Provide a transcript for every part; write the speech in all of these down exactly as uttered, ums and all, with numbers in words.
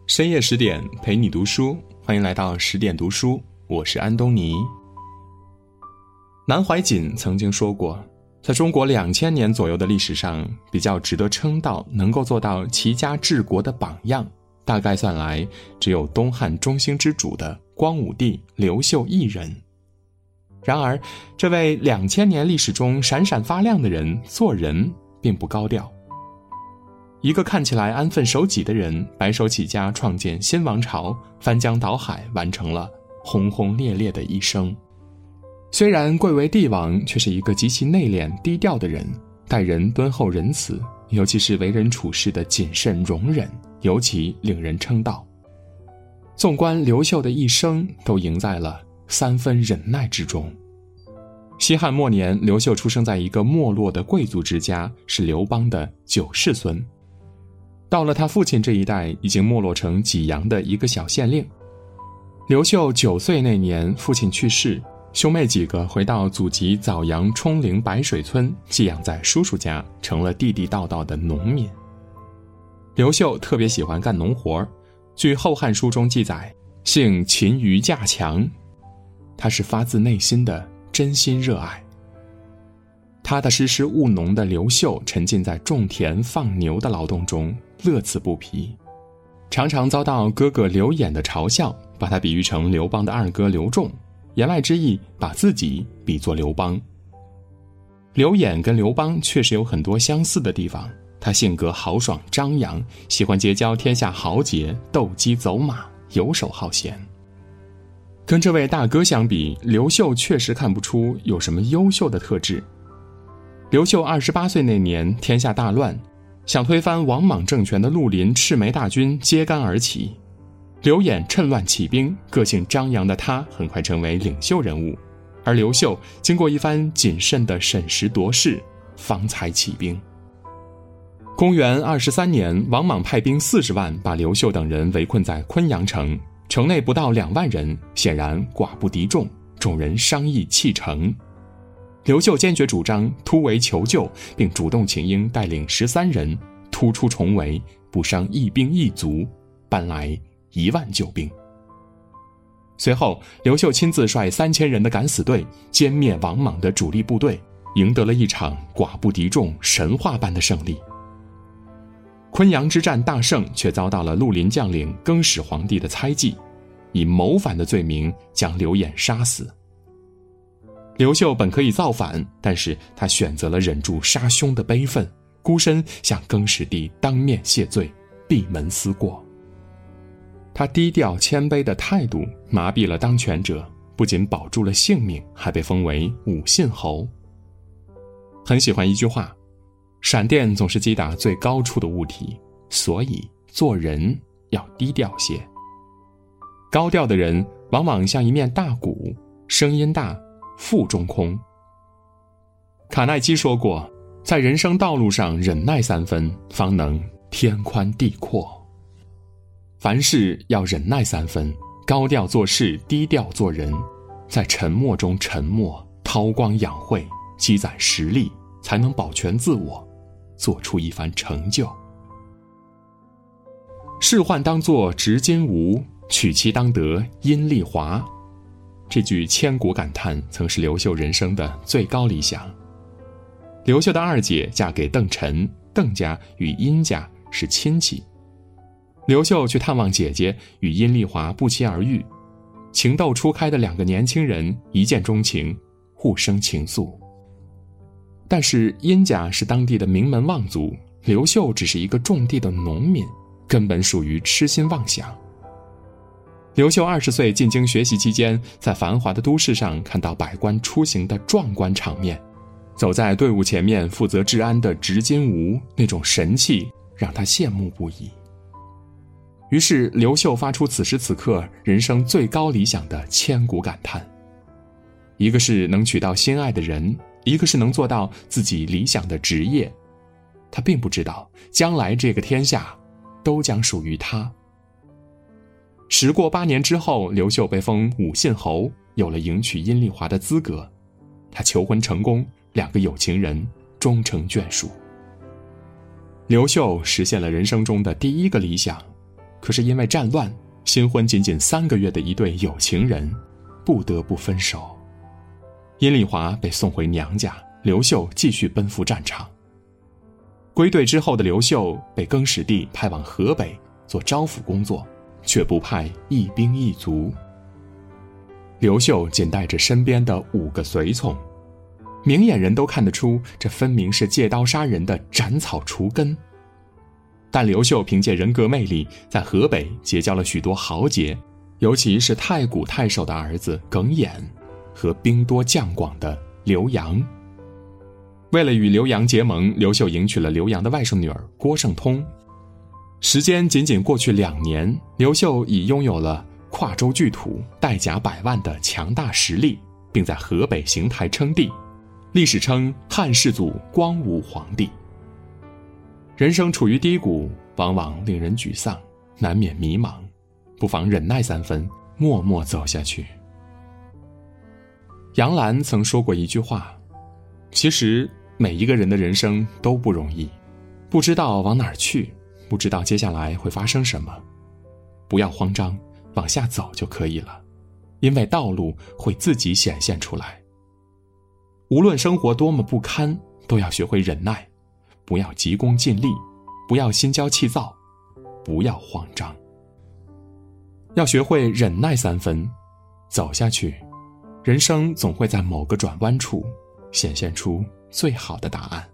深夜十点陪你读书，欢迎来到十点读书，我是安东尼。南怀瑾曾经说过，在中国两千年左右的历史上，比较值得称道能够做到齐家治国的榜样，大概算来只有东汉中兴之主的光武帝刘秀一人。然而这位两千年历史中闪闪发亮的人做人并不高调。一个看起来安分守己的人，白手起家创建新王朝，翻江倒海，完成了轰轰烈烈的一生。虽然贵为帝王，却是一个极其内敛低调的人，待人敦厚仁慈，尤其是为人处事的谨慎容忍，尤其令人称道。纵观刘秀的一生，都赢在了三分忍耐之中。西汉末年，刘秀出生在一个没落的贵族之家，是刘邦的九世孙。到了他父亲这一代，已经没落成济阳的一个小县令。刘秀九岁那年，父亲去世，兄妹几个回到祖籍枣阳冲陵白水村，寄养在叔叔家，成了地地道道的农民。刘秀特别喜欢干农活，据《后汉书》中记载，姓勤于稼强，他是发自内心的真心热爱。踏踏实实务农的刘秀沉浸在种田放牛的劳动中，乐此不疲，常常遭到哥哥刘演的嘲笑，把他比喻成刘邦的二哥刘仲，言外之意把自己比作刘邦。刘演跟刘邦确实有很多相似的地方，他性格豪爽张扬，喜欢结交天下豪杰，斗鸡走马，游手好闲。跟这位大哥相比，刘秀确实看不出有什么优秀的特质。刘秀二十八岁那年，天下大乱，想推翻王莽政权的绿林赤眉大军揭竿而起。刘演趁乱起兵，个性张扬的他很快成为领袖人物，而刘秀经过一番谨慎的审时度势，方才起兵。公元二十三年，王莽派兵四十万把刘秀等人围困在昆阳城，城内不到两万人，显然寡不敌众，众人商议弃城。刘秀坚决主张突围求救，并主动请缨带领十三人突出重围，不伤一兵一卒，搬来一万救兵。随后刘秀亲自率三千人的敢死队歼灭王莽的主力部队，赢得了一场寡不敌众神话般的胜利。昆阳之战大胜，却遭到了绿林将领更始皇帝的猜忌，以谋反的罪名将刘演杀死。刘秀本可以造反，但是他选择了忍住杀兄的悲愤，孤身向更始帝当面谢罪，闭门思过。他低调谦卑的态度麻痹了当权者，不仅保住了性命，还被封为武信侯。很喜欢一句话，闪电总是击打最高处的物体，所以做人要低调些。高调的人往往像一面大鼓，声音大，腹中空。卡耐基说过，在人生道路上忍耐三分，方能天宽地阔。凡事要忍耐三分，高调做事，低调做人，在沉默中沉默，韬光养晦，积攒实力，才能保全自我，做出一番成就。仕宦当作执金吾，娶妻当得阴丽华。这句千古感叹曾是刘秀人生的最高理想。刘秀的二姐嫁给邓晨，邓家与殷家是亲戚。刘秀去探望姐姐，与殷丽华不期而遇，情窦初开的两个年轻人一见钟情，互生情愫。但是殷家是当地的名门望族，刘秀只是一个种地的农民，根本属于痴心妄想。刘秀二十岁进京学习期间，在繁华的都市上看到百官出行的壮观场面，走在队伍前面负责治安的执金吾，那种神气让他羡慕不已。于是刘秀发出此时此刻人生最高理想的千古感叹，一个是能娶到心爱的人，一个是能做到自己理想的职业。他并不知道将来这个天下都将属于他。时过八年之后，刘秀被封武信侯，有了迎娶殷丽华的资格。他求婚成功，两个有情人终成眷属。刘秀实现了人生中的第一个理想， 可是因为战乱，新婚仅仅三个月的一对有情人不得不分手。阴丽华被送回娘家，刘秀继续奔赴战场。归队之后的刘秀被更始帝派往河北做招抚工作，却不派一兵一卒。刘秀仅带着身边的五个随从，明眼人都看得出这分明是借刀杀人的斩草除根。但刘秀凭借人格魅力，在河北结交了许多豪杰，尤其是太谷太守的儿子耿弇和兵多将广的刘阳。为了与刘阳结盟，刘秀迎娶了刘阳的外甥女儿郭圣通。时间仅仅过去两年，刘秀已拥有了跨州巨土、带甲百万的强大实力，并在河北邢台称帝，历史称汉世祖光武皇帝。人生处于低谷，往往令人沮丧，难免迷茫，不妨忍耐三分，默默走下去。杨澜曾说过一句话，其实每一个人的人生都不容易，不知道往哪儿去，不知道接下来会发生什么，不要慌张，往下走就可以了，因为道路会自己显现出来。无论生活多么不堪，都要学会忍耐，不要急功近利，不要心焦气躁，不要慌张，要学会忍耐三分，走下去，人生总会在某个转弯处显现出最好的答案。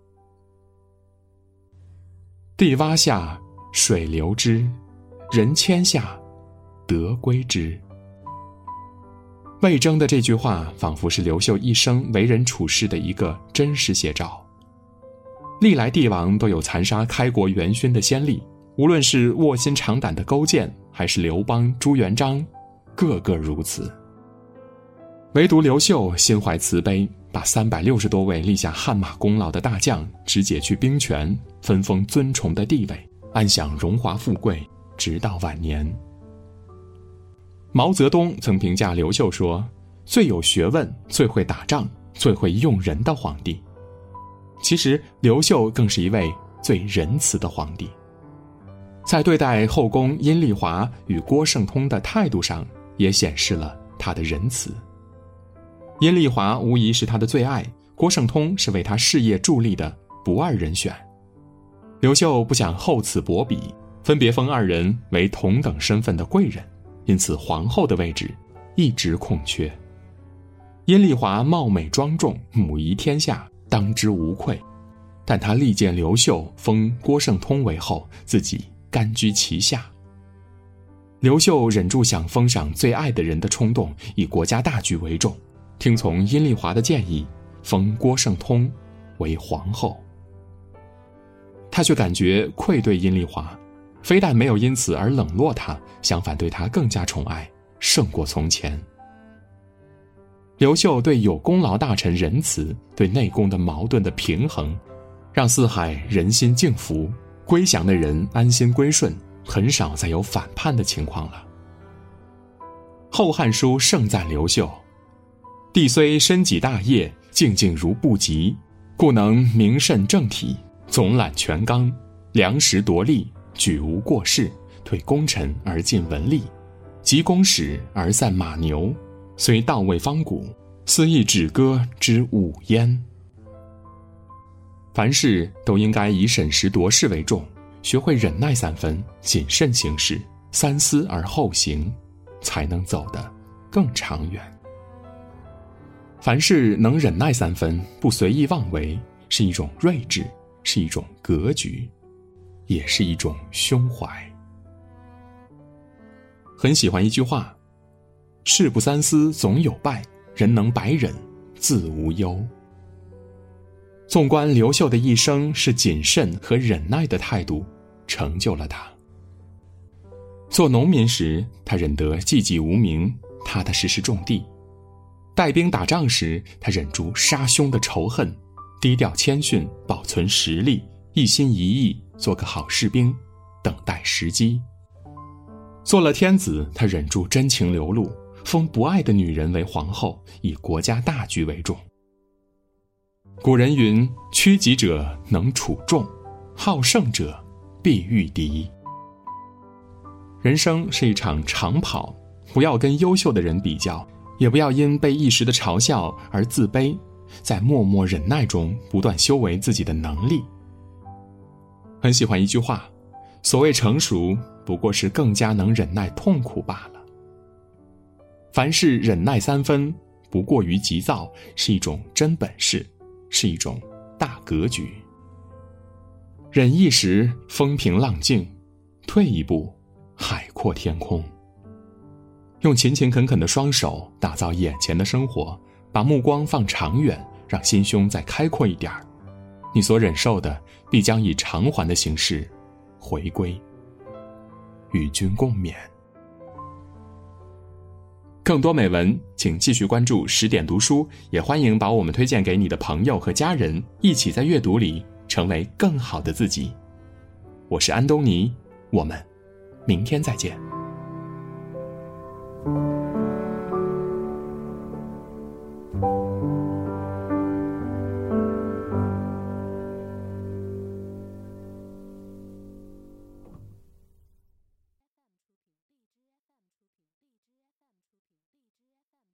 地洼下，水流之，人迁下，德归之。魏征的这句话仿佛是刘秀一生为人处事的一个真实写照。历来帝王都有残杀开国元勋的先例，无论是卧薪尝胆的勾践，还是刘邦、朱元璋，个个如此。唯独刘秀心怀慈悲，把三百六十多位立下汗马功劳的大将只解去兵权，分封尊崇的地位，安享荣华富贵，直到晚年。毛泽东曾评价刘秀说，最有学问、最会打仗、最会用人的皇帝。其实刘秀更是一位最仁慈的皇帝，在对待后宫阴丽华与郭圣通的态度上也显示了他的仁慈。阴丽华无疑是他的最爱，郭圣通是为他事业助力的不二人选。刘秀不想厚此薄彼，分别封二人为同等身份的贵人，因此皇后的位置一直空缺。阴丽华貌美庄重，母仪天下，当之无愧，但他力荐刘秀封郭圣通为后，自己甘居其下。刘秀忍住想封赏最爱的人的冲动，以国家大局为重，听从阴丽华的建议，封郭圣通为皇后。他却感觉愧对阴丽华，非但没有因此而冷落他，相反对他更加宠爱，胜过从前。刘秀对有功劳大臣仁慈，对内宫的矛盾的平衡，让四海人心敬服，归降的人安心归顺，很少再有反叛的情况了。《后汉书》盛赞刘秀，帝虽身己大业，静静如不及，故能明慎正体，总揽权纲，量实夺利，举无过失，退功臣而进文吏，及公使而散马牛，虽道位方古，斯亦止戈之武焉。凡事都应该以审时度势为重，学会忍耐三分，谨慎行事，三思而后行，才能走得更长远。凡事能忍耐三分，不随意妄为，是一种睿智，是一种格局，也是一种胸怀。很喜欢一句话，事不三思总有败，人能百忍自无忧。纵观刘秀的一生，是谨慎和忍耐的态度成就了他。做农民时，他忍得寂寂无名，踏踏实实种地；带兵打仗时，他忍住杀兄的仇恨，低调谦逊，保存实力，一心一意做个好士兵，等待时机。做了天子，他忍住真情流露，封不爱的女人为皇后，以国家大局为重。古人云，趋吉者能处众，好胜者必御敌。 人生是一场长跑，不要跟优秀的人比较，也不要因被一时的嘲笑而自卑，在默默忍耐中不断修为自己的能力。很喜欢一句话，所谓成熟，不过是更加能忍耐痛苦罢了。凡事忍耐三分，不过于急躁，是一种真本事，是一种大格局。忍一时，风平浪静；退一步，海阔天空。用勤勤恳恳的双手打造眼前的生活，把目光放长远，让心胸再开阔一点儿，你所忍受的必将以偿还的形式回归，与君共勉。更多美文请继续关注十点读书，也欢迎把我们推荐给你的朋友和家人，一起在阅读里成为更好的自己。我是安东尼，我们明天再见。